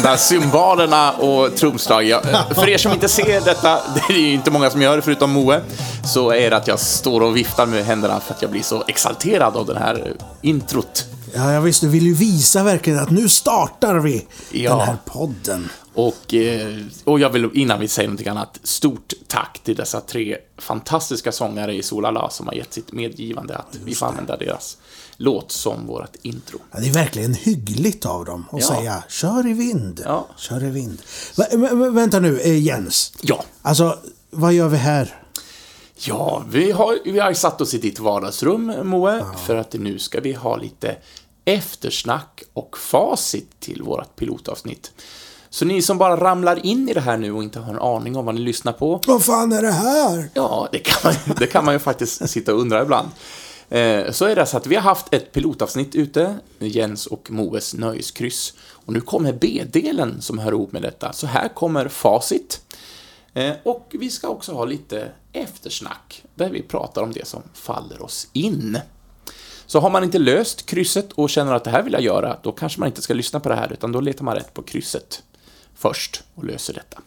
där cymbalerna och trumslag. För er som inte ser detta, det är ju inte många som gör det förutom Moe, så är det att jag står och viftar med händerna för att jag blir så exalterad av den här introt. Ja, jag visste, du vill ju visa verkligen att nu startar vi den här podden. Och jag vill, innan vi säger någonting annat, stort tack till dessa 3 fantastiska sångare i Solala som har gett sitt medgivande att vi får använda deras låt som vårt intro. Ja, det är verkligen hyggligt av dem att säga, kör i vind, kör i vind. Vänta nu, Jens. Ja. Alltså, vad gör vi här? Ja, vi har satt oss i ditt vardagsrum, Moe, för att nu ska vi ha lite eftersnack och facit till vårt pilotavsnitt. Så ni som bara ramlar in i det här nu och inte har en aning om vad ni lyssnar på. Vad fan är det här? Ja, det kan man ju faktiskt sitta och undra ibland. Så är det så att vi har haft ett pilotavsnitt ute, Jens och Moes nöjeskryss. Och nu kommer B-delen som hör ihop med detta. Så här kommer facit. Och vi ska också ha lite eftersnack där vi pratar om det som faller oss in. Så har man inte löst krysset och känner att det här vill jag göra, då kanske man inte ska lyssna på det här, utan då letar man rätt på krysset först och löser detta.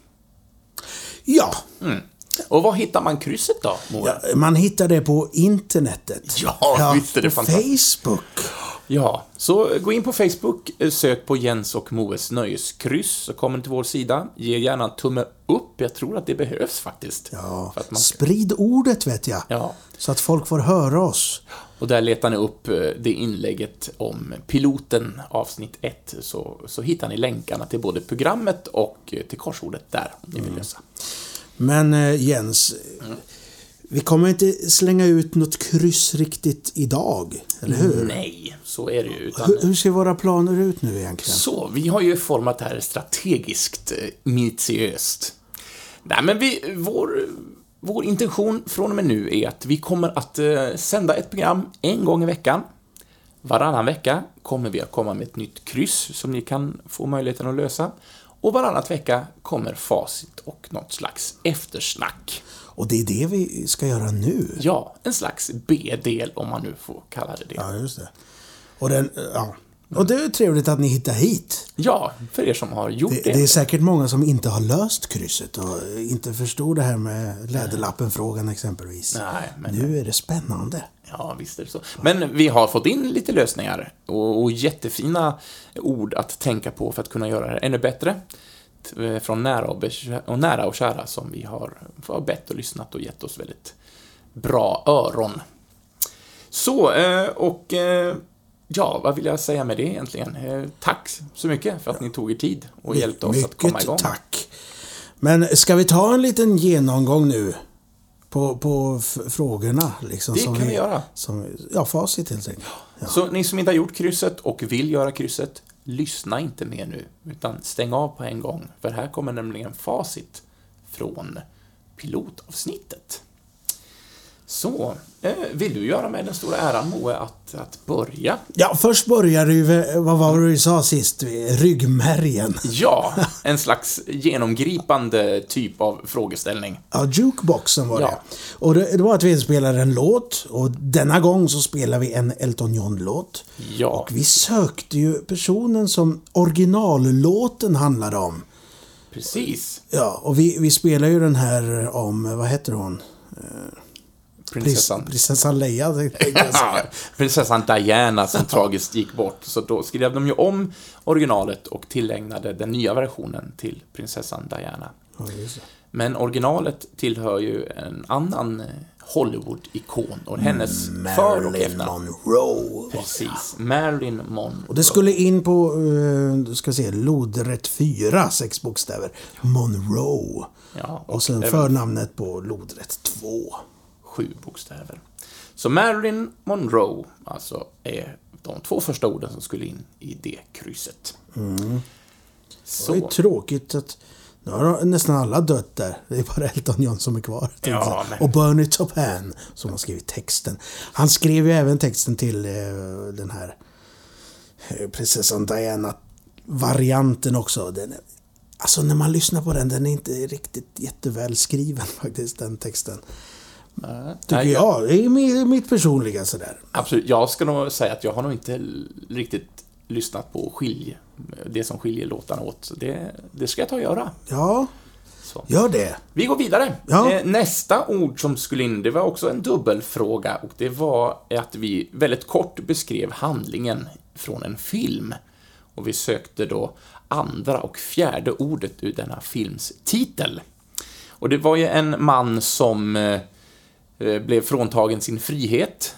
Ja. Och var hittar man krysset då, Moa? Ja, man hittar det på internetet. Ja, visst är det fantastiskt. Facebook. Ja, så gå in på Facebook, sök på Jens och Moes nöjeskryss, så kommer ni till vår sida. Ge gärna en tumme upp, jag tror att det behövs faktiskt. Ja, för att man sprid ordet vet jag. Ja. Så att folk får höra oss. Och där letar ni upp det inlägget om piloten avsnitt 1, så hittar ni länkarna till både programmet och till korsordet där om ni vill lösa. Men Jens, vi kommer inte slänga ut något kryss riktigt idag, eller hur? Nej, så är det ju. Utan Hur ser våra planer ut nu egentligen? Så, vi har ju format det här strategiskt, minutiöst. Nej, men vår intention från och med nu är att vi kommer att sända ett program en gång i veckan. Varannan vecka kommer vi att komma med ett nytt kryss som ni kan få möjligheten att lösa. Och varannat vecka kommer facit och något slags eftersnack. Och det är det vi ska göra nu? Ja, en slags B-del om man nu får kalla det. Ja, just det. Och det är trevligt att ni hittar hit. Ja, för er som har gjort det. Det är säkert många som inte har löst krysset och inte förstod det här med läderlappen-frågan exempelvis. Nej, men nu är det spännande. Ja, visst är det så. Men vi har fått in lite lösningar och jättefina ord att tänka på för att kunna göra det här ännu bättre. Från nära och kära som vi har bett och lyssnat och gett oss väldigt bra öron. Så, ja, vad vill jag säga med det egentligen? Tack så mycket för att ni tog er tid och hjälpte oss att komma igång. Mycket tack. Men ska vi ta en liten genomgång nu på frågorna? Liksom, det kan vi göra. Facit helt enkelt. Ja. Så ni som inte har gjort krysset och vill göra krysset, lyssna inte mer nu, utan stäng av på en gång. För här kommer nämligen facit från pilotavsnittet. Så, vill du göra med den stora äran, Moe, att börja? Ja, först börjar du, vad var det du sa sist? Ryggmärgen. Ja, en slags genomgripande typ av frågeställning. Ja, jukeboxen var det. Och det var att vi spelade en låt, och denna gång så spelar vi en Elton John-låt. Ja. Och vi sökte ju personen som originallåten handlade om. Precis. Ja, och vi spelar ju den här om, vad heter hon? Prinsessan Leia. Prinsessan Diana som tragiskt gick bort. Så då skrev de ju om originalet och tillägnade den nya versionen till prinsessan Diana. Ja, just det. Men originalet tillhör ju en annan Hollywood-ikon och hennes för- och Marilyn Monroe. Precis, Marilyn Monroe. Och det skulle in på, lodrätt 4, 6 bokstäver. Monroe. Ja, och sen förnamnet på lodrätt 2. 7 bokstäver. Så Marilyn Monroe alltså är de 2 första orden som skulle in i det krysset. Så. Det är tråkigt att nu har nästan alla dött där. Det är bara Elton John som är kvar. Ja, men... Och Bernie Taupin som har skrivit texten. Han skrev ju även texten till den här prinsessan Diana-varianten också. Alltså när man lyssnar på den är inte riktigt jätteväl skriven faktiskt, den texten. Tycker jag. Det är mitt personliga sådär. Absolut. Jag ska nog säga att jag har nog inte riktigt lyssnat på det som skiljer låtarna åt. Så det ska jag ta och göra. Ja, Så. gör det. Vi går vidare. Ja. Nästa ord som skulle in, det var också en dubbelfråga, och det var att vi väldigt kort beskrev handlingen från en film. Och vi sökte då andra och fjärde ordet ur denna films titel. Och det var ju en man som blev fråntagen sin frihet,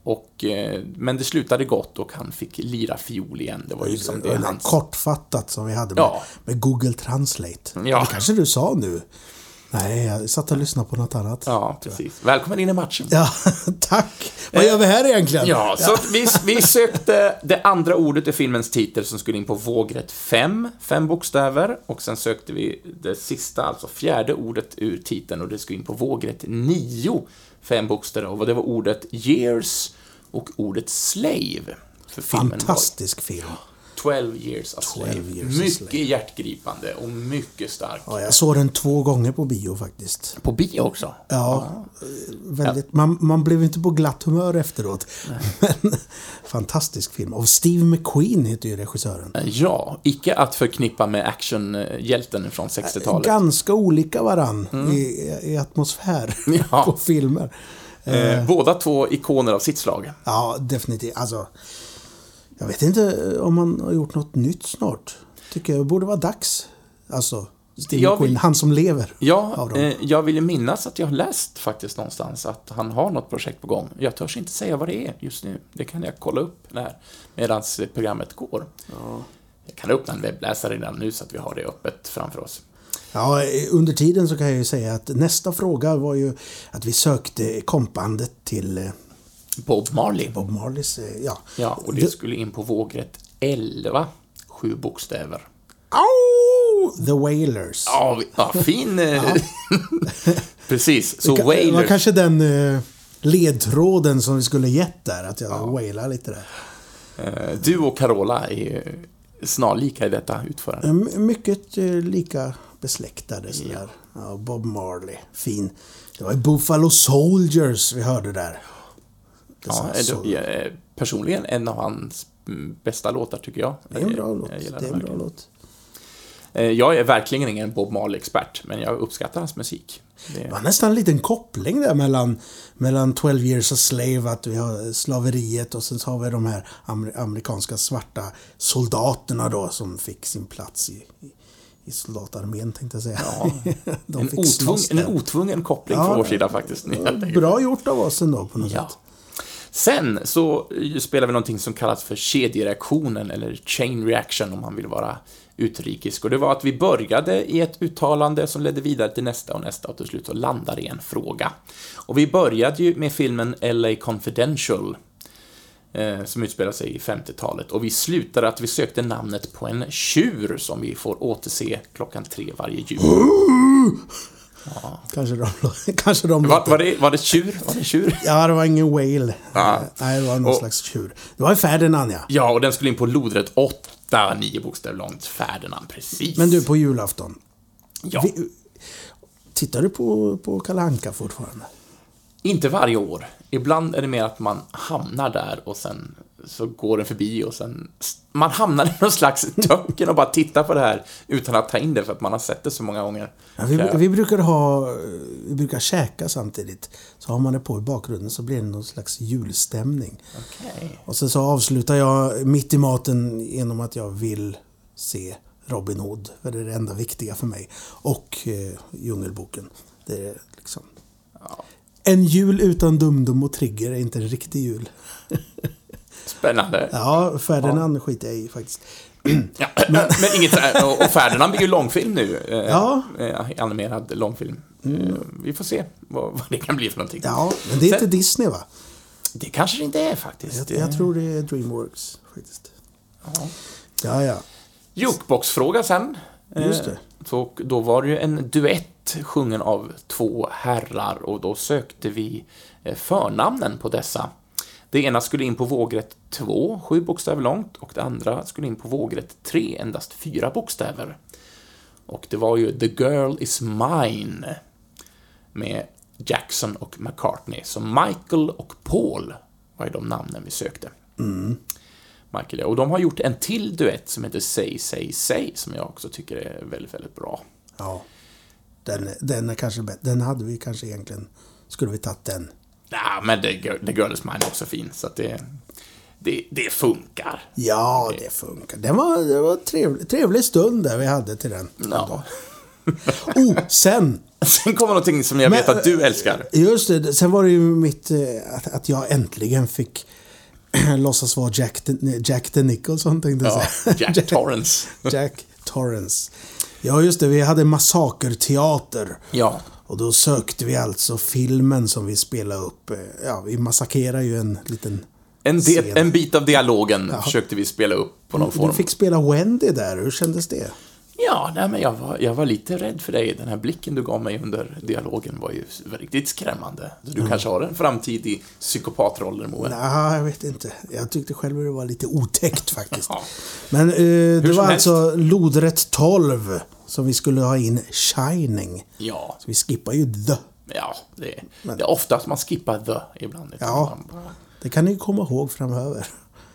men det slutade gott och han fick lira fiol igen. Det var ju liksom det hans... Kortfattat som vi hade med Google Translate. Ja. Det kanske du sa nu. Nej, jag satt och lyssnade på något annat. Ja, precis. Välkommen in i matchen. Ja, tack. Vad gör vi här egentligen? Ja, så vi sökte det andra ordet i filmens titel som skulle in på vågrätt 5 bokstäver, och sen sökte vi det sista, alltså fjärde ordet ur titeln, och det skulle in på vågrätt 9 5 bokstäver, och det var ordet years och ordet slave för filmen. Fantastisk film. 12 years a slave. Mycket hjärtgripande och mycket stark. Ja, jag såg den 2 gånger på bio faktiskt. På bio också? Ja, väldigt. Man blev inte på glatt humör efteråt. Men fantastisk film. Och Steve McQueen heter ju regissören. Ja, icke att förknippa med actionhjälten från 60-talet. Ganska olika varann i atmosfär på filmer. Båda två ikoner av sitt slag. Ja, definitivt. Alltså, jag vet inte om man har gjort något nytt snart. Tycker jag borde vara dags. Alltså, Steve McQueen, han som lever. Ja, jag vill minnas att jag har läst faktiskt någonstans att han har något projekt på gång. Jag törs inte säga vad det är just nu. Det kan jag kolla upp medan programmet går. Ja. Jag kan öppna en webbläsare redan nu så att vi har det öppet framför oss. Ja, under tiden så kan jag ju säga att nästa fråga var ju att vi sökte kompbandet till Bob Marley. Bob Marleys, ja. Ja, och det skulle in på vågrätt 11, 7 bokstäver. The Wailers. Ja, fin. Precis, så Wailers. Det var kanske den ledtråden som vi skulle gett där, att jag wailar lite där. Du och Carola är snarlika i detta utförande. Mycket lika besläktade sådär. Ja, Bob Marley, fin. Det var Buffalo Soldiers vi hörde där. Personligen en av hans bästa låtar tycker jag. Det är en bra låt. Jag är verkligen ingen Bob Marley-expert, men jag uppskattar hans musik. Det var nästan en liten koppling där mellan 12 years a slave, att vi har slaveriet, och sen så har vi de här amerikanska svarta soldaterna då som fick sin plats i soldatarmén, tänkte jag säga. Ja, en otvungen koppling från vår sida faktiskt. Bra gjort av oss ändå på något sätt. Sen så spelar vi någonting som kallas för kedjereaktionen, eller chain reaction om man vill vara utrikisk. Och det var att vi började i ett uttalande som ledde vidare till nästa och till slut så landade i en fråga. Och vi började ju med filmen LA Confidential som utspelar sig i 50-talet. Och vi slutade att vi sökte namnet på en tjur som vi får återse 3:00 varje jul. Ja. Kanske de var det tjur? Var det tjur? Ja, det var ingen whale. Nej, det var någon slags tjur. Det var Ferdinand, ja. Ja, och den skulle in på lodrätt 8, 9 bokstäver långt. Ferdinand, precis. Men du, på julafton. Ja. Tittar du på Kalle Anka fortfarande? Inte varje år. Ibland är det mer att man hamnar där och sen så går den förbi och sen man hamnar i någon slags töcken och bara tittar på det här utan att ta in det för att man har sett det så många gånger. Ja, vi brukar käka samtidigt. Så har man det på i bakgrunden så blir det någon slags julstämning. Okay. Och sen så avslutar jag mitt i maten genom att jag vill se Robin Hood. För det är det enda viktiga för mig. Och Djungelboken. Det är liksom... Ja. En jul utan Dum-Dum och Trigger är inte en riktig jul. Spännande. Ja, Ferdinand skiter jag i faktiskt. Ja, men inget, och Ferdinand blir ju långfilm nu. Animerad långfilm. Vi får se vad det kan bli för någonting. Ja, men det är inte Disney, va? Det kanske det inte är faktiskt. Jag tror det är DreamWorks faktiskt. Ja. Jukebox-fråga sen. Just det. Så då var det ju en duett sjungen av 2 herrar och då sökte vi förnamnen på dessa. Det ena skulle in på vågrätt 2, 7 bokstäver långt, och det andra skulle in på vågrätt 3, endast 4 bokstäver. Och det var ju The Girl Is Mine med Jackson och McCartney. Så Michael och Paul var ju de namnen vi sökte. Michael, ja. Och de har gjort en till duett som heter Say, Say, Say, som jag också tycker är väldigt, väldigt bra. Ja, den är kanske bättre. Den hade vi kanske egentligen, skulle vi tagit den. Ja, men The Girl Is Mine är också fin, så att det funkar. Ja, det funkar. Det var trevlig stund där vi hade till den. Ja. Sen kommer någonting som jag vet att du älskar. Just det, sen var det ju att jag äntligen fick låtsas vara Jack the Nicholson, tänkte jag säga. Jack Torrance. Jack Torrance. Ja, just det, vi hade massakerteater. Ja. Och då sökte vi alltså filmen som vi spelade upp. Ja, vi massakerar ju en liten en bit av dialogen försökte vi spela upp på någon form. Du fick spela Wendy där, hur kändes det? Ja, nej, men jag var lite rädd för dig. Den här blicken du gav mig under dialogen var ju riktigt skrämmande. Så du kanske har en framtid i psykopatrollen, Moe. Nej, jag vet inte. Jag tyckte själv att det var lite otäckt faktiskt. Ja. Men det var alltså lodrätt 12 som vi skulle ha in Shining. Ja. Så vi skippar ju The. Ja, det är oftast man skippar The ibland. Ja, det kan ni komma ihåg framöver.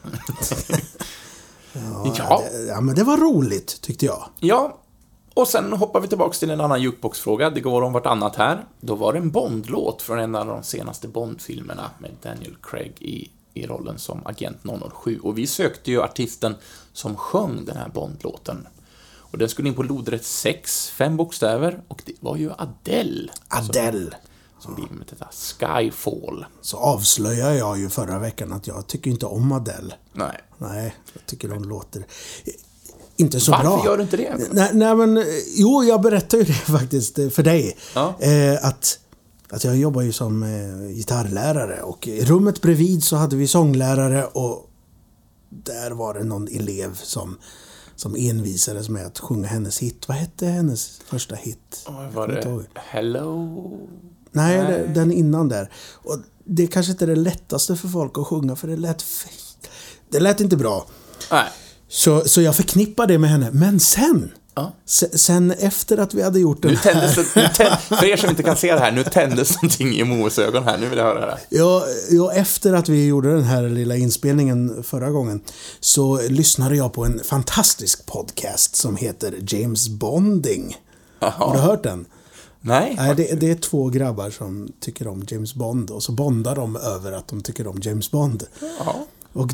Ja, men det var roligt, tyckte jag. Ja, och sen hoppar vi tillbaka till en annan jukeboxfråga. Det går om vartannat här. Då var det en Bond-låt från en av de senaste Bond-filmerna med Daniel Craig i rollen som agent 007. Och vi sökte ju artisten som sjöng den här Bond-låten. Och den skulle in på lodrätt 6, 5 bokstäver. Och det var ju Adele. Som blir med detta Skyfall. Så avslöjar jag ju förra veckan att jag tycker inte om Adele. Nej, jag tycker de låter inte så bra. Varför gör du inte det? Nej, men jo, jag berättar ju det faktiskt för dig. Ja. Att jag jobbar ju som gitarrlärare. Och i rummet bredvid så hade vi sånglärare. Och där var det någon elev som envisades med att sjunga hennes hit. Vad hette hennes första hit? Var det Hello? Nej, den innan där. Och det kanske inte är det lättaste för folk att sjunga, för det lät inte bra. Nej. Så jag förknippade det med henne. Men sen efter att vi hade gjort den för er som inte kan se det här, nu tändes någonting i Moes ögon här. Nu vill jag höra det här. Ja, efter att vi gjorde den här lilla inspelningen förra gången så lyssnade jag på en fantastisk podcast som heter James Bonding. Aha. Har du hört den? Nej, det är 2 grabbar som tycker om James Bond och så bondar de över att de tycker om James Bond. Aha. Och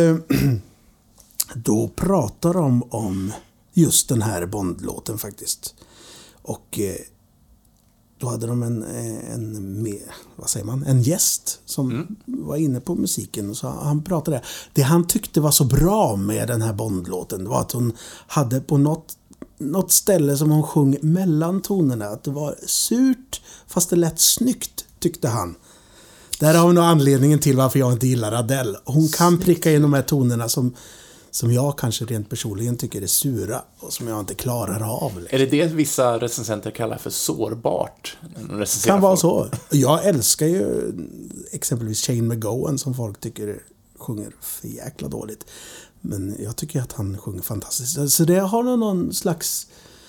då pratar de om just den här Bond-låten faktiskt. Och då hade de en gäst som var inne på musiken och så han pratade. Det han tyckte var så bra med den här Bond-låten var att hon hade på något ställe som hon sjöng mellan tonerna, att det var surt fast det lät snyggt, tyckte han. Där har vi nog anledningen till varför jag inte gillar Adele. Hon kan pricka in de här tonerna som jag kanske rent personligen tycker är sura och som jag inte klarar av. Är det vissa recensenter kallar för sårbart? Kan vara så. Jag älskar ju exempelvis Shane McGowan som folk tycker sjunger för jäkla dåligt. Men jag tycker att han sjunger fantastiskt. Så det har någon slags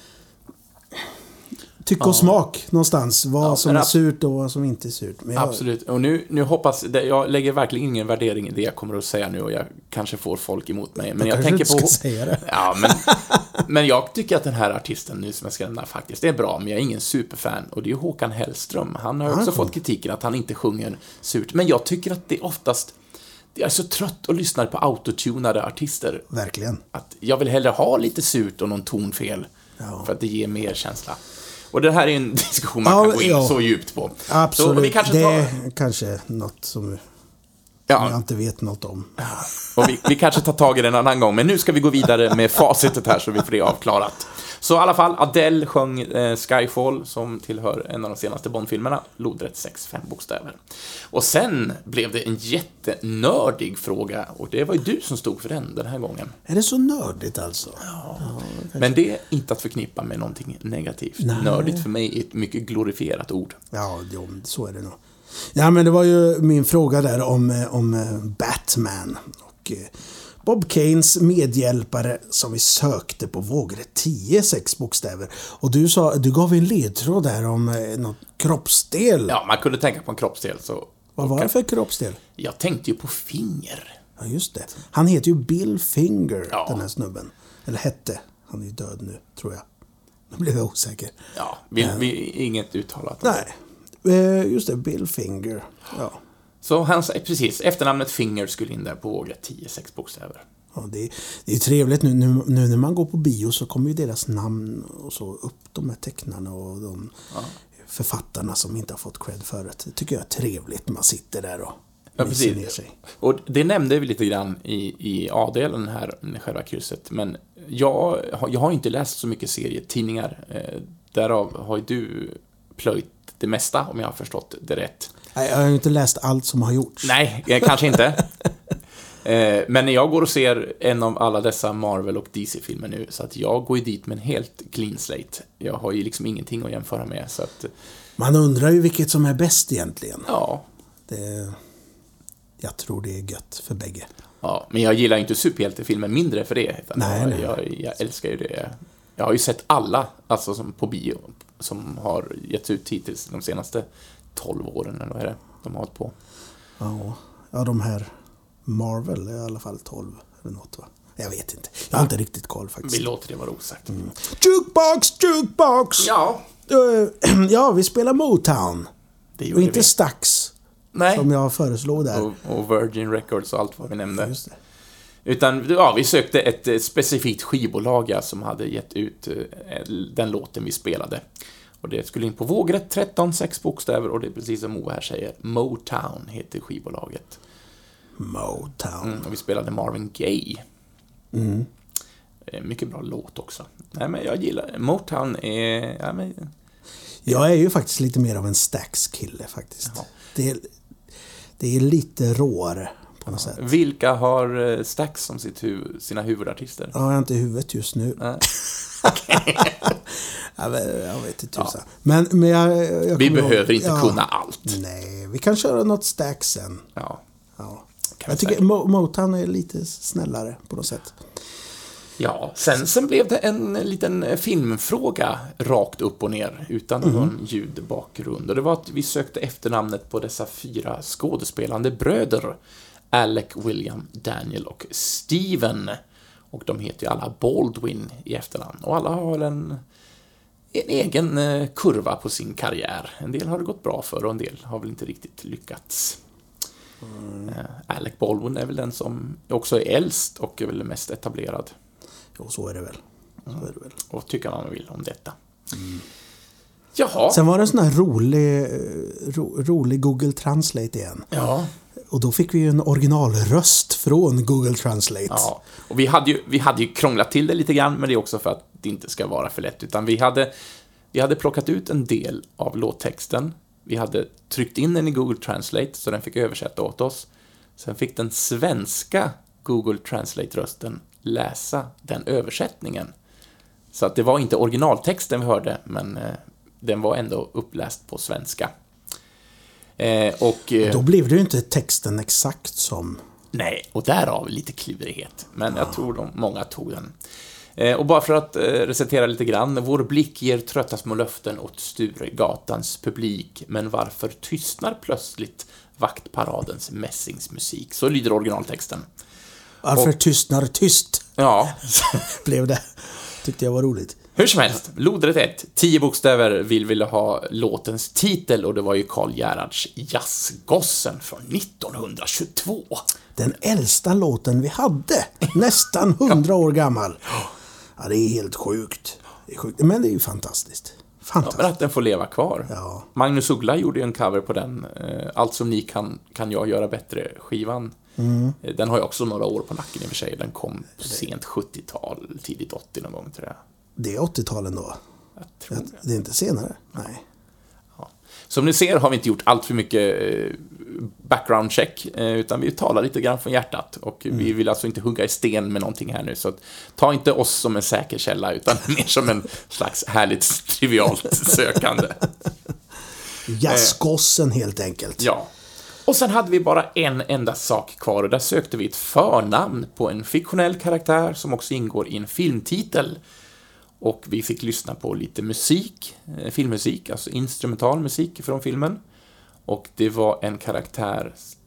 tycke och smak någonstans. Vad som är surt och vad som inte är surt. Men absolut. Och nu hoppas jag lägger verkligen ingen värdering i det jag kommer att säga nu och jag kanske får folk emot mig. Men jag tänker på säga det. Ja, men jag tycker att den här artisten nu som jag ska nämna faktiskt är bra, men jag är ingen superfan och det är ju Håkan Hellström. Han har också fått kritiken att han inte sjunger surt. Men jag tycker att det oftast jag är så trött att lyssna på autotunade artister. Verkligen. Att jag vill hellre ha lite surt och någon tonfel för att det ger mer känsla. Och det här är en diskussion man kan gå in så djupt på. Absolut, så vi kanske det är kanske något som jag inte vet något om. Och vi kanske tar tag i det en annan gång. Men nu ska vi gå vidare med facitet här så vi får det avklarat. Så i alla fall, Adele sjöng Skyfall som tillhör en av de senaste Bond-filmerna. Lodrätt 6, 5 bokstäver. Och sen blev det en jättenördig fråga. Och det var ju du som stod för den här gången. Är det så nördigt alltså? Ja, men det är inte att förknippa med någonting negativt. Nej. Nördigt för mig är ett mycket glorifierat ord. Ja, så är det nog. Ja, men det var ju min fråga där om Batman och Bob Kanes medhjälpare som vi sökte på vågrätt 10, 6 bokstäver. Och du gav en ledtråd där om något kroppsdel. Ja, man kunde tänka på en kroppsdel. Så vad var det för kroppsdel? Jag tänkte ju på finger. Ja, just det. Han heter ju Bill Finger, Ja. den här snubben. Eller hette. Han är ju död nu, tror jag. Nu blev jag osäker. Ja, vi inget uttalat. Nej. Just det, Bill Finger. Ja. Så precis, efternamnet Finger skulle in där på vågrätt 10-6 bokstäver. Ja, det är ju trevligt nu när man går på bio så kommer ju deras namn och så upp, de här tecknarna och de författarna som inte har fått cred förut. Det tycker jag är trevligt. Man sitter där och myser ner sig. Och det nämnde vi lite grann i A-delen här, själva krysset. Men jag har inte läst så mycket serietidningar. Därav har ju du plöjt det mesta, om jag har förstått det rätt. Jag har ju inte läst allt som har gjorts. Nej, kanske inte. Men när jag går och ser en av alla dessa Marvel- och DC-filmer nu, så att jag går ju dit med en helt clean slate. Jag har ju liksom ingenting att jämföra med, så att... Man undrar ju vilket som är bäst egentligen. Ja. Jag tror det är gött för bägge. Ja, men jag gillar inte superhjältefilmer mindre för det. Nej. Jag älskar ju det. Jag har ju sett alla, alltså som på bio, som har getts ut hittills de senaste 12 åren, eller vad är det de har hållit på. Ja, de här Marvel är i alla fall 12 eller något, va? Jag vet inte. Jag har inte riktigt koll faktiskt. Vi låter det vara osagt. Jukebox! Ja. Ja, vi spelar Motown. Det Och gjorde inte vi. Stax, Nej. som jag föreslog där. Och Virgin Records och allt vad vi nämnde. Just det. Utan, vi sökte ett specifikt skivbolag som hade gett ut den låten vi spelade. Och det skulle in på vågrätt 13, 6 bokstäver, och det är precis som Ove här säger. Motown heter skivbolaget. Motown. Och vi spelade Marvin Gaye. Mycket bra låt också. Nej, men jag gillar Motown. Jag är ju faktiskt lite mer av en Stax-kille faktiskt. Ja. Det är lite råare på något sätt. Vilka har Stax som sina huvudartister? Ja, jag har inte i huvudet just nu. Nej. Jag vet inte tusan. Men jag Vi behöver inte kunna allt. Nej, vi kan köra något Stax sen. Ja. Jag tycker Motown är lite snällare på något sätt. Ja, sen blev det en liten filmfråga rakt upp och ner utan någon ljudbakgrund. Och det var att vi sökte efternamnet på dessa 4 skådespelande bröder. Alec, William, Daniel och Steven. Och de heter ju alla Baldwin i efternamn. Och alla har en egen kurva på sin karriär. En del har det gått bra för och en del har väl inte riktigt lyckats. Alec Baldwin är väl den som också är äldst och är väl mest etablerad. Jo, så är det väl. Och tycker man vill om detta. Jaha. Sen var det en sån här rolig Google Translate igen. Ja. Och då fick vi ju en originalröst från Google Translate. Ja. Och vi hade ju krånglat till det lite grann, men det är också för att det inte ska vara för lätt. Utan vi hade plockat ut en del av låttexten. Vi hade tryckt in den i Google Translate så den fick översätta åt oss. Sen fick den svenska Google Translate-rösten läsa den översättningen. Så att det var inte originaltexten vi hörde, men den var ändå uppläst på svenska. Då blev det ju inte texten exakt som... Nej, och därav lite klurighet. Men jag tror många tog den. Och bara för att recitera lite grann. Vår blick ger trötta små löften åt Sturegatans publik. Men varför tystnar plötsligt vaktparadens mässingsmusik? Så lyder originaltexten. Varför tystnar tyst? Ja. Blev det. Tyckte jag var roligt. Hur som helst, lodrätt 1. 10 bokstäver ville ha låtens titel och det var ju Karl Gerhards Jazzgossen från 1922. Den äldsta låten vi hade. Nästan 100 år gammal. Ja, det är helt sjukt. Det är sjukt. Men det är ju fantastiskt. Ja, men att den får leva kvar. Ja. Magnus Uggla gjorde ju en cover på den. Allt som ni kan jag göra bättre, skivan. Den har ju också några år på nacken i och för sig. Den kom sent 70-tal, tidigt 80 någon gång tror jag. Det är 80-talen då. Jag tror Det är inte senare. Nej. Ja. Som ni ser har vi inte gjort allt för mycket background check, utan vi talar lite grann från hjärtat och vi vill alltså inte hugga i sten med någonting här nu, så att, ta inte oss som en säker källa utan mer som en slags härligt trivialt sökande. Jazzgossen helt enkelt. Ja. Och sen hade vi bara en enda sak kvar och där sökte vi ett förnamn på en fiktionell karaktär som också ingår i en filmtitel. Och vi fick lyssna på lite musik, filmmusik, alltså instrumental musik från filmen. Och det var en karaktär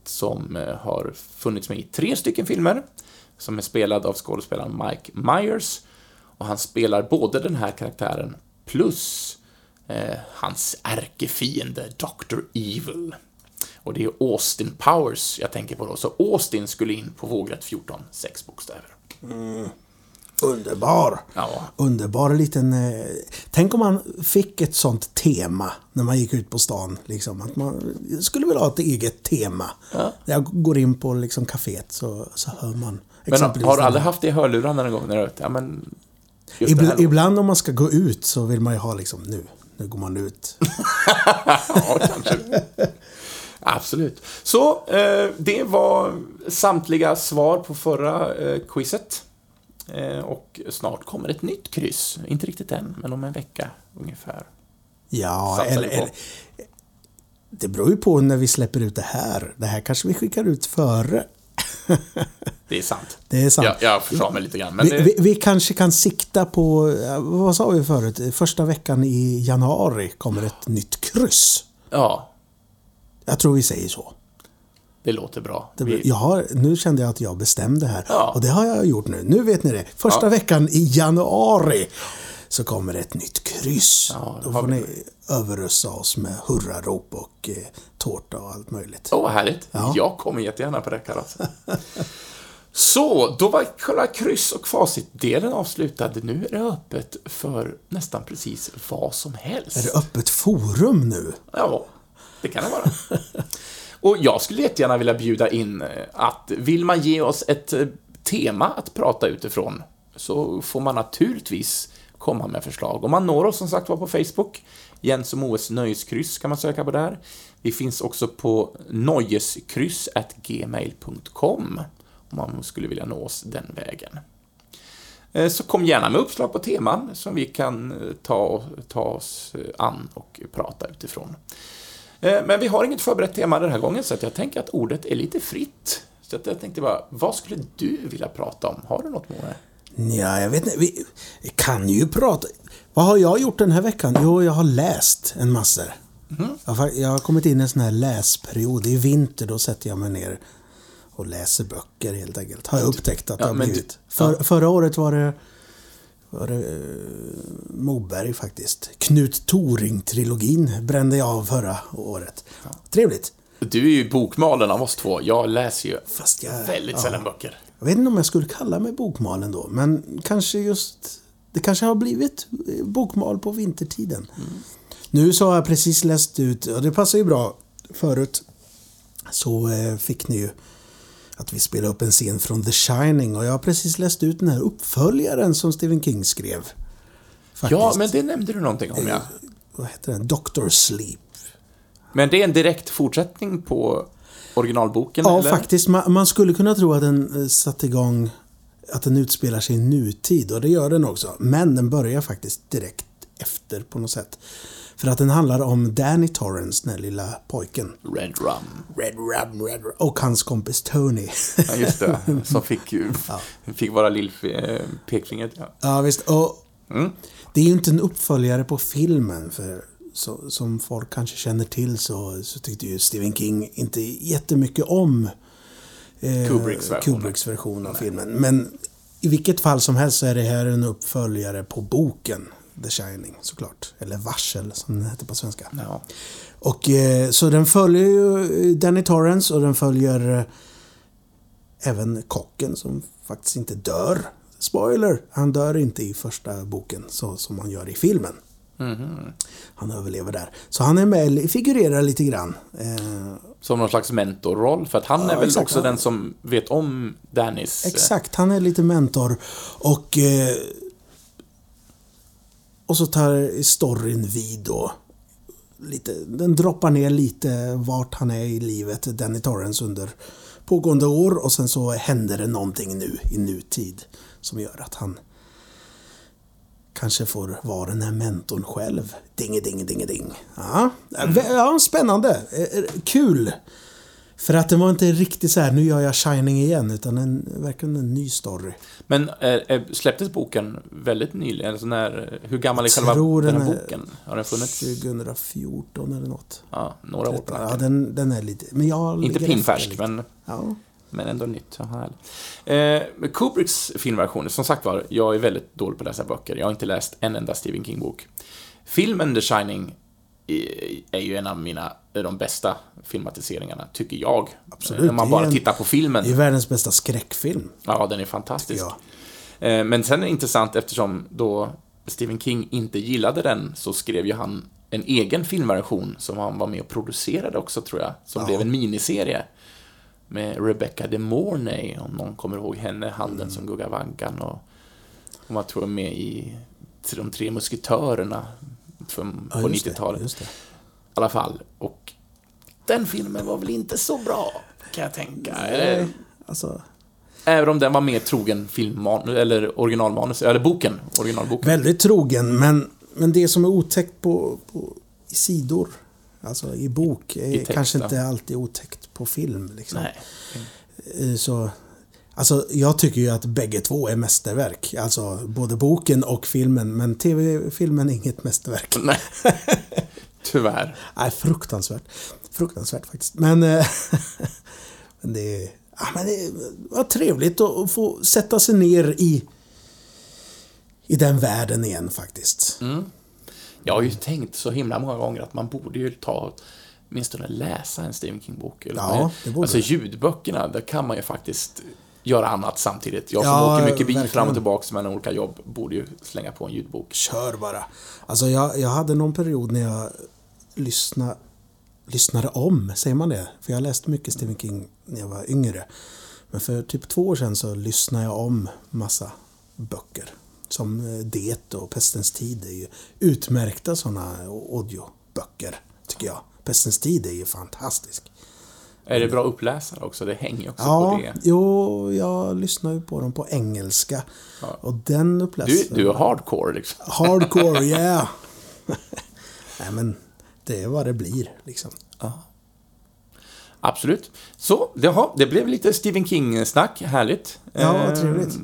som har funnits med i 3 stycken filmer, som är spelad av skådespelaren Mike Myers, och han spelar både den här karaktären plus hans ärkefiende Dr. Evil. Och det är Austin Powers jag tänker på då. Så Austin skulle in på vågrätt 14, 6 bokstäver. Underbar. Ja. Underbar liten... Tänk om man fick ett sånt tema när man gick ut på stan. Liksom, att man skulle vilja ha ett eget tema. Ja. Jag går in på liksom kaféet så hör man. Men har du aldrig haft det i hörlurarna någon gång? När du, ja, men ibland om man ska gå ut så vill man ju ha liksom nu går man ut. Ja, kanske. Absolut. Så det var samtliga svar på förra quizet. Och snart kommer ett nytt kryss. Inte riktigt än, men om en vecka ungefär. Ja, eller det beror ju på när vi släpper ut det här. Det här kanske vi skickar ut före. Det är sant. Det är sant. Jag förstår mig lite grann. Men vi kanske kan sikta på, vad sa vi förut? Första veckan i januari kommer ett nytt kryss. Ja. Jag tror vi säger så. Det låter bra. Nu kände jag att jag bestämde här. Ja. Och det har jag gjort nu. Nu vet ni det. Första veckan i januari så kommer ett nytt kryss. Ja, då får ni överrösta oss med hurrarop och tårta och allt möjligt. Vad härligt. Ja. Jag kommer jättegärna på det kalas. Så, då var själva kryss- och facitdelen avslutad. Nu är det öppet för nästan precis vad som helst. Är det öppet forum nu? Ja, det kan det vara. Och jag skulle jättegärna vilja bjuda in att vill man ge oss ett tema att prata utifrån, så får man naturligtvis komma med förslag. Om man når oss som sagt var på Facebook, Jens och Moes nöjeskryss kan man söka på där. Vi finns också på nojeskryss@gmail.com om man skulle vilja nå oss den vägen. Så kom gärna med uppslag på teman som vi kan ta oss an och prata utifrån. Men vi har inget förberett tema den här gången, så att jag tänker att ordet är lite fritt. Så att jag tänkte bara, vad skulle du vilja prata om? Har du något, Moe? Ja, jag vet inte. Vi kan ju prata. Vad har jag gjort den här veckan? Jo, jag har läst en massa. Jag har kommit in i en sån här läsperiod. I vinter då sätter jag mig ner och läser böcker helt enkelt. Har jag upptäckt att det har blivit. Förra året var det Moberg faktiskt. Knut Toring-trilogin brände jag av förra året. Ja. Trevligt. Du är ju bokmalen av oss två. Jag läser ju väldigt sällan böcker. Jag vet inte om jag skulle kalla mig bokmalen då, men kanske det kanske har blivit bokmal på vintertiden. Nu så har jag precis läst ut, och det passar ju bra, förut så fick ni ju att vi spelar upp en scen från The Shining, och jag har precis läst ut den här uppföljaren som Stephen King skrev. Faktiskt. Ja, men det nämnde du någonting om, ja. Vad heter den? Dr. Sleep. Men det är en direkt fortsättning på originalboken, ja, eller? Faktiskt. Man skulle kunna tro att den satt igång, att den utspelar sig i nutid, och det gör den också. Men den börjar faktiskt direkt efter på något sätt. För att den handlar om Danny Torrance, den lilla pojken. Red Rum. Och hans kompis Tony. Ja, just det. Som fick vara pekfingret. Ja. Ja, visst. Och det är ju inte en uppföljare på filmen, för som folk kanske känner till så tyckte ju Stephen King inte jättemycket om Kubricks version av filmen. Men i vilket fall som helst så är det här en uppföljare på boken The Shining, såklart. Eller Varsel, som den heter på svenska. Ja. Och så den följer ju Danny Torrance, och den följer även kocken som faktiskt inte dör. Spoiler, han dör inte i första boken så som han gör i filmen. Han överlever där. Så han är med, figurerar lite grann. Som någon slags mentorroll, för att han är väl exakt, också den som vet om Dannys... Exakt, han är lite mentor. Och så tar storyn vid då. Den droppar ner lite vart han är i livet, Danny Torrance, under pågående år. Och sen så händer det någonting nu i nutid som gör att han kanske får vara den här mentorn själv. Ding. Ja, spännande. Kul För att det var inte riktigt så här, nu gör jag Shining igen, utan verkligen en ny story. Men släpptes boken väldigt nyligen? Alltså hur gammal är själva den här boken? Har den funnits? 2014 eller något. Ja, några år på Ja, den är lite... Men jag inte pinfärsk, men... Ja. Men ändå nytt. Kubricks filmversioner, som sagt var, jag är väldigt dålig på att läsa böcker. Jag har inte läst en enda Stephen King-bok. Filmen The Shining är ju en av de bästa filmatiseringarna, tycker jag. Absolut. När man bara tittar på filmen. Det är världens bästa skräckfilm. Ja, den är fantastisk. Men sen är det intressant, eftersom då Stephen King inte gillade den, så skrev ju han en egen filmversion som han var med och producerade också, tror jag. Som blev en miniserie med Rebecca De Mornay, om någon kommer ihåg henne, handen som guggar vaggan, och hon var, tror jag, med i De tre musketörerna på 90-talet. I alla fall. Och den filmen var väl inte så bra, kan jag tänka. Alltså... Även om den var mer trogen eller originalmanus, eller originalboken. Väldigt trogen, men det som är otäckt i sidor, alltså i bok, är text, kanske inte alltid otäckt på film. Liksom. Nej. Så, alltså, jag tycker ju att bägge två är mästerverk. Alltså, både boken och filmen, men tv-filmen är inget mästerverk. Nej, tyvärr. Nej, fruktansvärt. Fruktansvärt faktiskt. Men det var trevligt att få sätta sig ner i den världen igen faktiskt. Mm. Jag har ju tänkt så himla många gånger att man borde ju åtminstone läsa en Stephen King-bok. Ja, det borde. Alltså ljudböckerna, där kan man ju faktiskt göra annat samtidigt. Jag som åker mycket bil verkligen fram och tillbaka med olika jobb borde ju slänga på en ljudbok. Kör bara. Alltså jag hade någon period när jag lyssnade om, säger man det? För jag läste mycket Stephen King när jag var yngre. Men för typ 2 år sedan så lyssnade jag om massa böcker. Som Det och Pestens tid är ju utmärkta sådana audioböcker, tycker jag. Pestens tid är ju fantastisk. Är det bra uppläsare också? Det hänger också på det. Jo, jag lyssnar ju på dem på engelska. Ja. Och den uppläsaren... Du är hardcore liksom. Hardcore, yeah. Nej, men det är vad det blir liksom. Ja. Absolut. Så, det blev lite Stephen King-snack. Härligt. Ja, trevligt.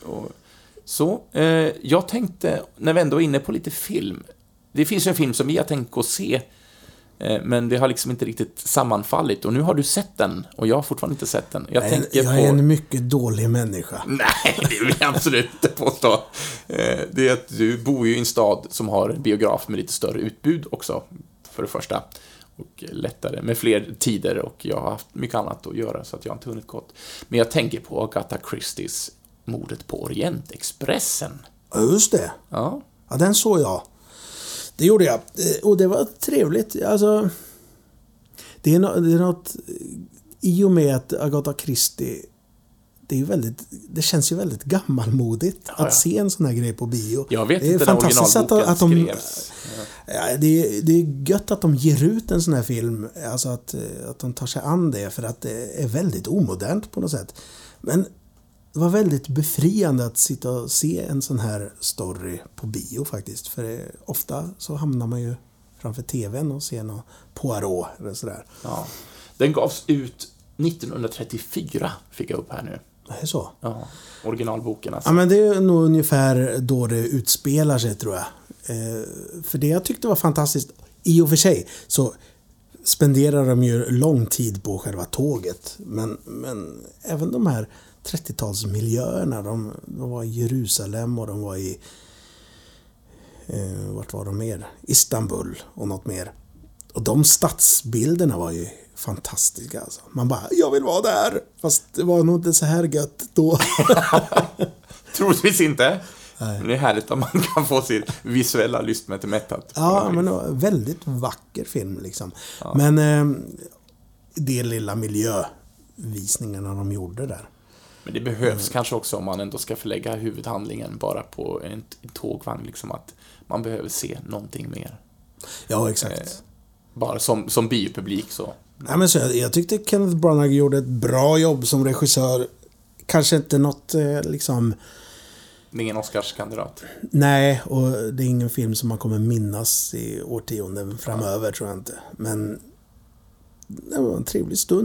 Så, jag tänkte, när vi ändå är inne på lite film. Det finns ju en film som vi har tänkt att se, men det har liksom inte riktigt sammanfallit. Och nu har du sett den, och jag har fortfarande inte sett den. Jag är en mycket dålig människa. Nej, det vill jag absolut inte påstå. Det är att du bor ju i en stad som har en biograf med lite större utbud också, för det första. Och lättare, med fler tider, och jag har haft mycket annat att göra så att jag inte hunnit gott. Men jag tänker på Agatha Christies Mordet på Orientexpressen. Ja, just det. Ja, den såg jag. Det gjorde jag. Och det var trevligt. Alltså, det är något... I och med att Agatha Christie... Det känns ju väldigt gammalmodigt att se en sån här grej på bio. Jag vet det är inte fantastiskt att de skrevs. Ja, det är gött att de ger ut en sån här film. Alltså att de tar sig an det, för att det är väldigt omodernt på något sätt. Men det var väldigt befriande att sitta och se en sån här story på bio faktiskt. För ofta så hamnar man ju framför tvn och ser någon Poirot eller sådär. Ja. Den gavs ut 1934, fick jag upp här nu. Det är så? Ja, originalboken alltså. Ja, men det är nog ungefär då det utspelar sig, tror jag. För det jag tyckte var fantastiskt, i och för sig, så spenderar de ju lång tid på själva tåget. Men även de här 30-talsmiljöerna, de var i Jerusalem och de var i vart var de mer? Istanbul och något mer. Och de stadsbilderna var ju fantastiska alltså. Man bara, jag vill vara där. Fast det var nog inte så här gött då. Troligtvis inte. Nej. Det är härligt att man kan få sin visuella lystmäte mättat. Ja, men det var en väldigt vacker film liksom. Ja. Men det lilla miljövisningarna de gjorde där. Men det behövs kanske också, om man ändå ska förlägga huvudhandlingen bara på en tågvagn, liksom, att man behöver se någonting mer. Ja, exakt. Bara som biopublik så. Ja, men så jag tyckte Kenneth Branagh gjorde ett bra jobb som regissör. Kanske inte något liksom... Det är ingen Oscarskandidat. Nej, och det är ingen film som man kommer minnas i årtionden framöver, tror jag inte. Men det var en trevlig stund.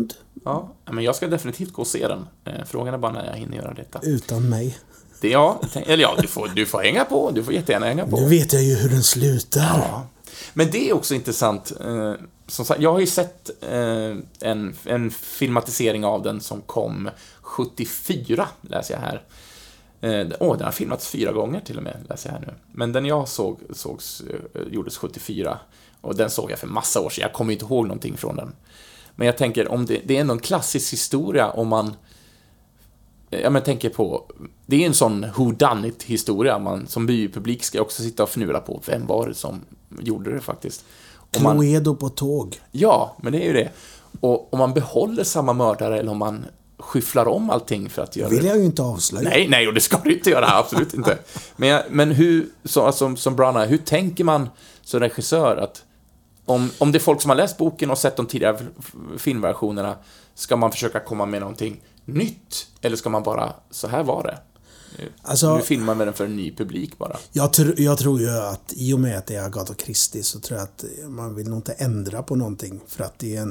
Ja, men jag ska definitivt gå och se den. Frågan är bara när jag hinner göra detta. Utan mig. Du får hänga på. Du får jättegärna hänga på. Nu vet jag ju hur den slutar. Ja. Men det är också intressant. Som sagt, jag har ju sett en filmatisering av den som kom 74, läser jag här. Den har filmats 4 gånger till och med, läser jag här nu. Men den jag gjordes 74. Och den såg jag för massa år sedan. Jag kommer inte ihåg någonting från den. Men jag tänker, om det är ändå en klassisk historia om man... Jag tänker på... Det är en sån whodunit-historia. Som bypublik ska också sitta och fnula på. Vem var det som gjorde det faktiskt? Cluedo på tåg. Ja, men det är ju det. Och om man behåller samma mördare eller om man skyfflar om allting för att göra det vill jag ju inte avslöja. Nej, och det ska du inte göra, absolut inte. Men hur, som Branagh, hur tänker man som regissör att om det är folk som har läst boken och sett de tidigare filmversionerna, ska man försöka komma med någonting nytt? Eller ska man bara, så här var det? Nu filmar man den för en ny publik bara. Jag tror ju att i och med att det är Agatha Christie så tror jag att man vill nog inte ändra på någonting, för att det är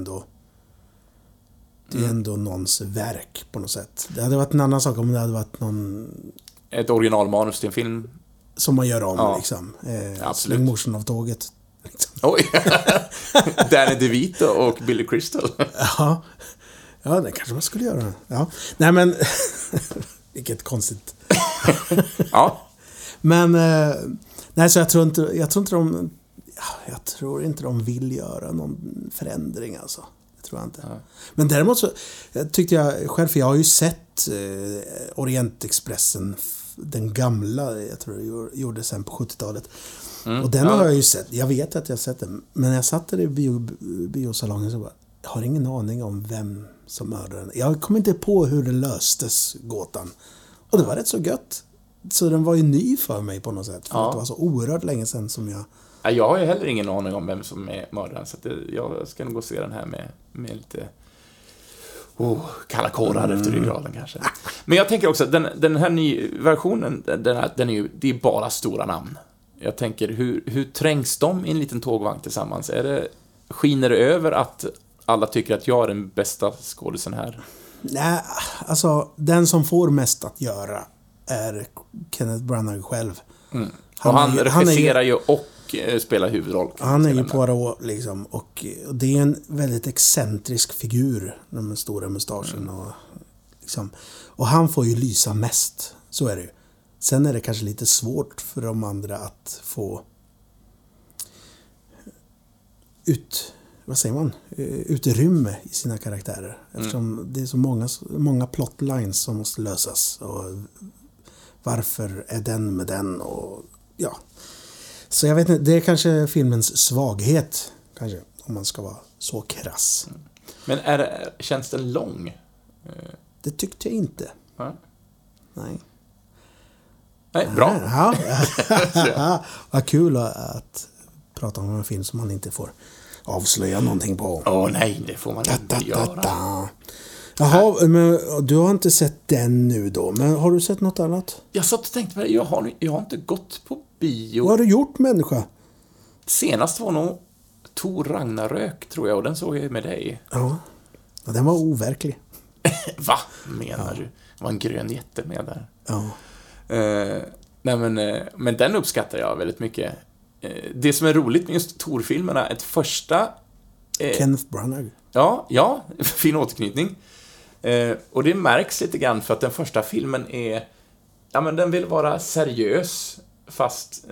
ändå någons verk på något sätt. Det hade varit en annan sak om det hade varit ett originalmanus till en film som man gör om, liksom. Absolut. Slow motion av tåget. Liksom. Oj! Danny DeVito och Billy Crystal. Ja, det kanske man skulle göra. Ja. Nej, men... Vilket konstigt. Ja. Men... Nej, så jag tror inte de vill göra någon förändring, alltså. Det tror jag inte. Ja. Men däremot så tyckte jag själv, för jag har ju sett Orientexpressen, den gamla, jag tror det gjorde sen på 70-talet. Och den har jag ju sett. Jag vet att jag har sett den. Men när jag satt där i biosalongen så bara, jag har ingen aning om vem som mördade den. Jag kom inte på hur det löstes, gåtan. Och det var rätt så gött. Så den var ju ny för mig på något sätt. För att det var så oerhört länge sedan som jag... Jag har ju heller ingen aning om vem som är mördaren. Så att jag ska nog gå och se den här med lite... kalla kårar efter ryggraden kanske. Men jag tänker också, den här nya versionen, det är bara stora namn. Jag tänker, hur trängs de i en liten tågvagn tillsammans? Skiner det över att alla tycker att jag är den bästa skådisen här? Nej, alltså den som får mest att göra är Kenneth Branagh själv. Han regisserar ju och spelar huvudroll. Han är ju Poirot liksom, och det är en väldigt excentrisk figur, den med stora mustaschen och liksom, och han får ju lysa mest, så är det ju. Sen är det kanske lite svårt för de andra att få utrymme i sina karaktärer. Eftersom det är så många plotlines som måste lösas. Och varför är den med den? Och ja. Så jag vet inte, det är kanske filmens svaghet. Kanske, om man ska vara så krass. Men känns den lång? Det tyckte jag inte. Nej. Nej, bra. Ja. Vad kul att prata om en film som man inte får avslöja någonting på. Nej, det får man inte göra. Jaha, men du har inte sett den nu då. Men har du sett något annat? Jag satt och tänkte, jag har inte gått på bio. Vad har du gjort, människa? Senast var nog Thor Ragnarök, tror jag. Och den såg jag med dig. Ja, den var overklig. Va, menar du? Det var en grön jätte med där. Ja. Nej, men den uppskattar jag väldigt mycket. Det som är roligt med just Thor-filmerna, ett första... Kenneth Branagh. Ja, fin återknytning. Och det märks lite grann för att den första filmen är... Ja, men den vill vara seriös, fast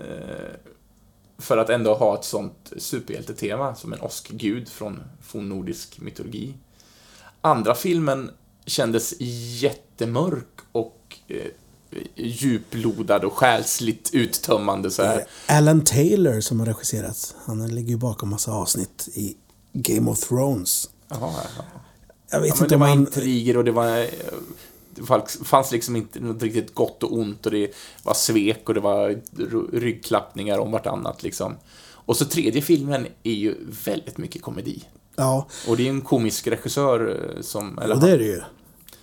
för att ändå ha ett sånt superhjältetema som en åskgud från fornnordisk mytologi. Andra filmen kändes jättemörk och djuplodad och själsligt uttömmande så här. Alan Taylor som har regisserat, han ligger ju bakom massa avsnitt i Game of Thrones. Jaha. Jag vet men inte det om var han... intriger och det fanns liksom inte något riktigt gott och ont, och det var svek och det var ryggklappningar om vartannat liksom. Och så tredje filmen är ju väldigt mycket komedi. Ja. Och det är en komisk regissör som... Eller det är det ju.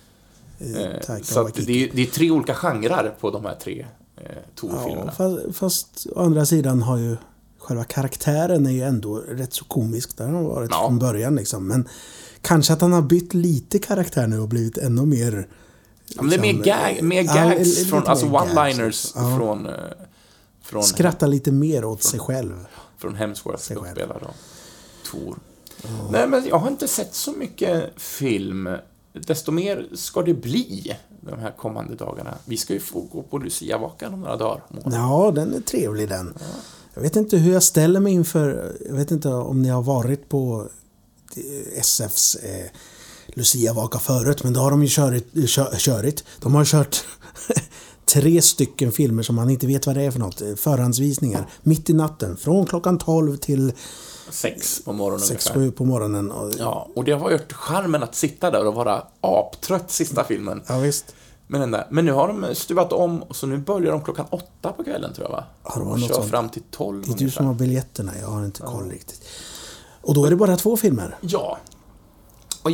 Så att det är 3 olika genrer på de här 3 Thor-filmerna. Ja, fast å andra sidan har ju själva karaktären är ju ändå rätt så komisk. Där har han varit från början liksom. Men kanske att han har bytt lite karaktär nu och blivit ännu mer... Ja, men det är mer gags från, alltså one-liners från... Skratta lite mer åt sig själv. Från Hemsworth spelar då Thor. Nej, men jag har inte sett så mycket film. Desto mer ska det bli de här kommande dagarna. Vi ska ju få gå på Lucia-vakan om några dagar. Ja, den är trevlig den. Ja. Jag vet inte hur jag ställer mig inför... Jag vet inte om ni har varit på SFs Lucia-vaka förut, men då har de ju kört. De har kört 3 stycken filmer som man inte vet vad det är för något. Förhandsvisningar. Mitt i natten. Från klockan 12 till... 6 på morgonen. 6-7 på morgonen. Ja, och det har varit charmen att sitta där och vara aptrött sista filmen. Ja, visst. Men nu har de stuvat om, så nu börjar de klockan 8 på kvällen, tror jag, va? Ja, och kör fram till 12. Det är du som har biljetterna, jag har inte koll riktigt. Och då är det bara 2 filmer? Ja. Och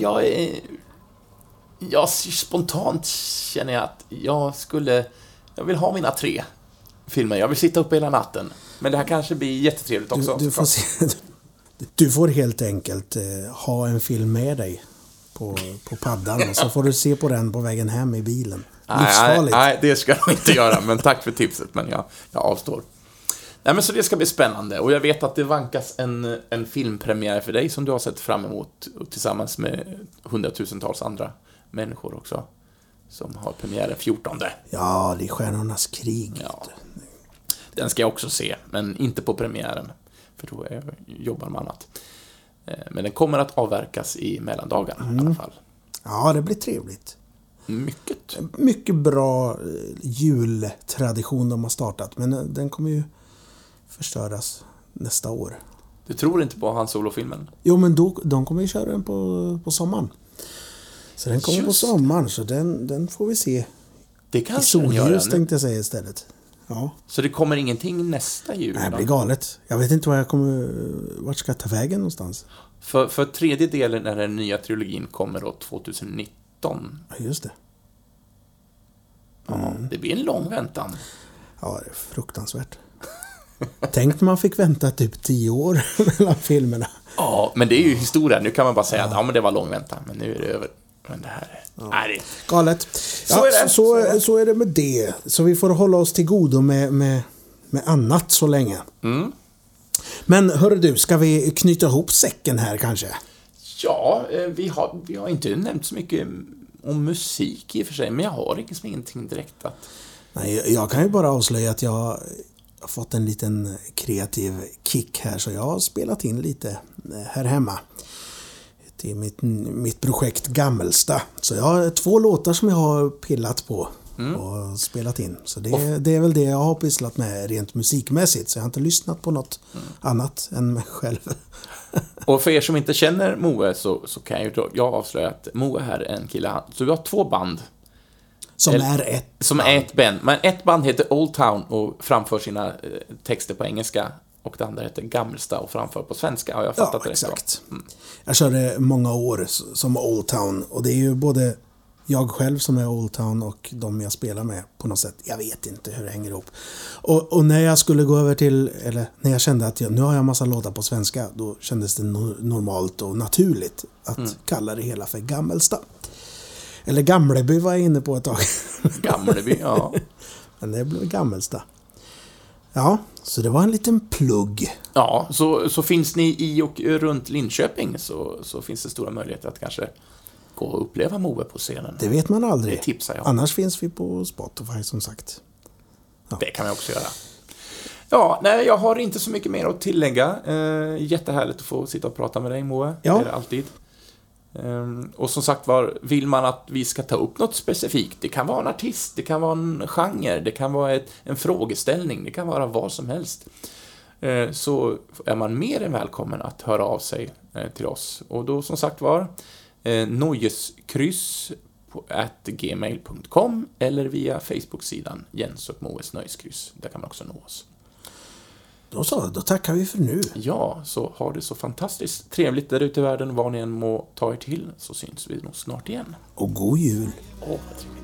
jag spontant känner jag att jag vill ha mina 3 filmer. Jag vill sitta uppe hela natten. Men det här kanske blir jättetrevligt också. Du får helt enkelt ha en film med dig på paddan och så får du se på den på vägen hem i bilen. Nej, det ska jag inte göra, men tack för tipset, men jag avstår. Nej, men så det ska bli spännande, och jag vet att det vankas en filmpremiär för dig som du har sett fram emot tillsammans med 100,000-tals andra människor också som har premiär 14. Ja, det är Stjärnornas krig. Ja. Den ska jag också se, men inte på premiären, för då jobbar man annat. Men den kommer att avverkas i mellandagarna i alla fall. Ja, det blir trevligt. Mycket bra jultradition de har startat, men den kommer ju förstöras nästa år. Du tror inte på Han Solo-filmen? Jo, men de kommer ju köra den på sommaren. Så den kommer på sommaren, så den får vi se. Det kanske i solljus tänkte jag säga istället. Ja. Så det kommer ingenting nästa jul? Nej, det blir galet. Jag vet inte vart ska jag ta vägen någonstans. För tredje delen när den nya trilogin kommer då 2019. Ja, just det. Ja, det blir en lång väntan. Ja, det är fruktansvärt. Tänk när man fick vänta typ 10 år mellan filmerna. Ja, men det är ju historia. Nu kan man bara säga att men det var lång väntan, men nu är det över. Men det här är galet. Så är det med det. Så vi får hålla oss till godo med annat så länge. Men hörru du, ska vi knyta ihop säcken här kanske? Ja, vi har inte nämnt så mycket om musik i och för sig, men jag har ingenting direkt att... Nej, jag kan ju bara avslöja att jag har fått en liten kreativ kick här, så jag har spelat in lite här hemma till mitt projekt Gammelsta. Så jag har 2 låtar som jag har pillat på och spelat in. Så det är väl det jag har pysslat med rent musikmässigt, så jag har inte lyssnat på något annat än mig själv. Och för er som inte känner Moe så kan jag avslöja att Moe här är en kille. Så vi har 2 band. Som är ett band. Men ett band heter Old Town och framför sina texter på engelska. Och det andra heter Gammelsta och framför på svenska. Har jag fattat det exakt. Jag körde många år som Old Town. Och det är ju både jag själv som är Old Town och de jag spelar med på något sätt. Jag vet inte hur det hänger ihop. Och när jag skulle gå över eller när jag kände att nu har jag massa låtar på svenska, då kändes det normalt och naturligt att kalla det hela för Gammelsta. Eller Gamleby var jag inne på ett tag. Gamleby, ja. Men det blev Gammelsta. Ja, så det var en liten plugg. Ja, så finns ni i och runt Linköping så finns det stora möjligheter att kanske gå och uppleva Moe på scenen. Det vet man aldrig. Det tipsar jag. Annars finns vi på Spotify som sagt. Ja. Det kan vi också göra. Ja, nej, jag har inte så mycket mer att tillägga. Jättehärligt att få sitta och prata med dig, Moe. Ja. Det är det alltid. Och som sagt vill man att vi ska ta upp något specifikt. Det kan vara en artist, det kan vara en genre, det kan vara en frågeställning, det kan vara vad som helst. Så är man mer än välkommen att höra av sig till oss. Och då som sagt nöjeskryss@gmail.com eller via Facebook-sidan Jens och Moes Nöjeskryss. Där kan man också nå oss. Då tackar vi för nu. Ja, så har det så fantastiskt trevligt där ute i världen. Var ni än må ta er till, så syns vi nog snart igen. Och god jul. Vad trevligt.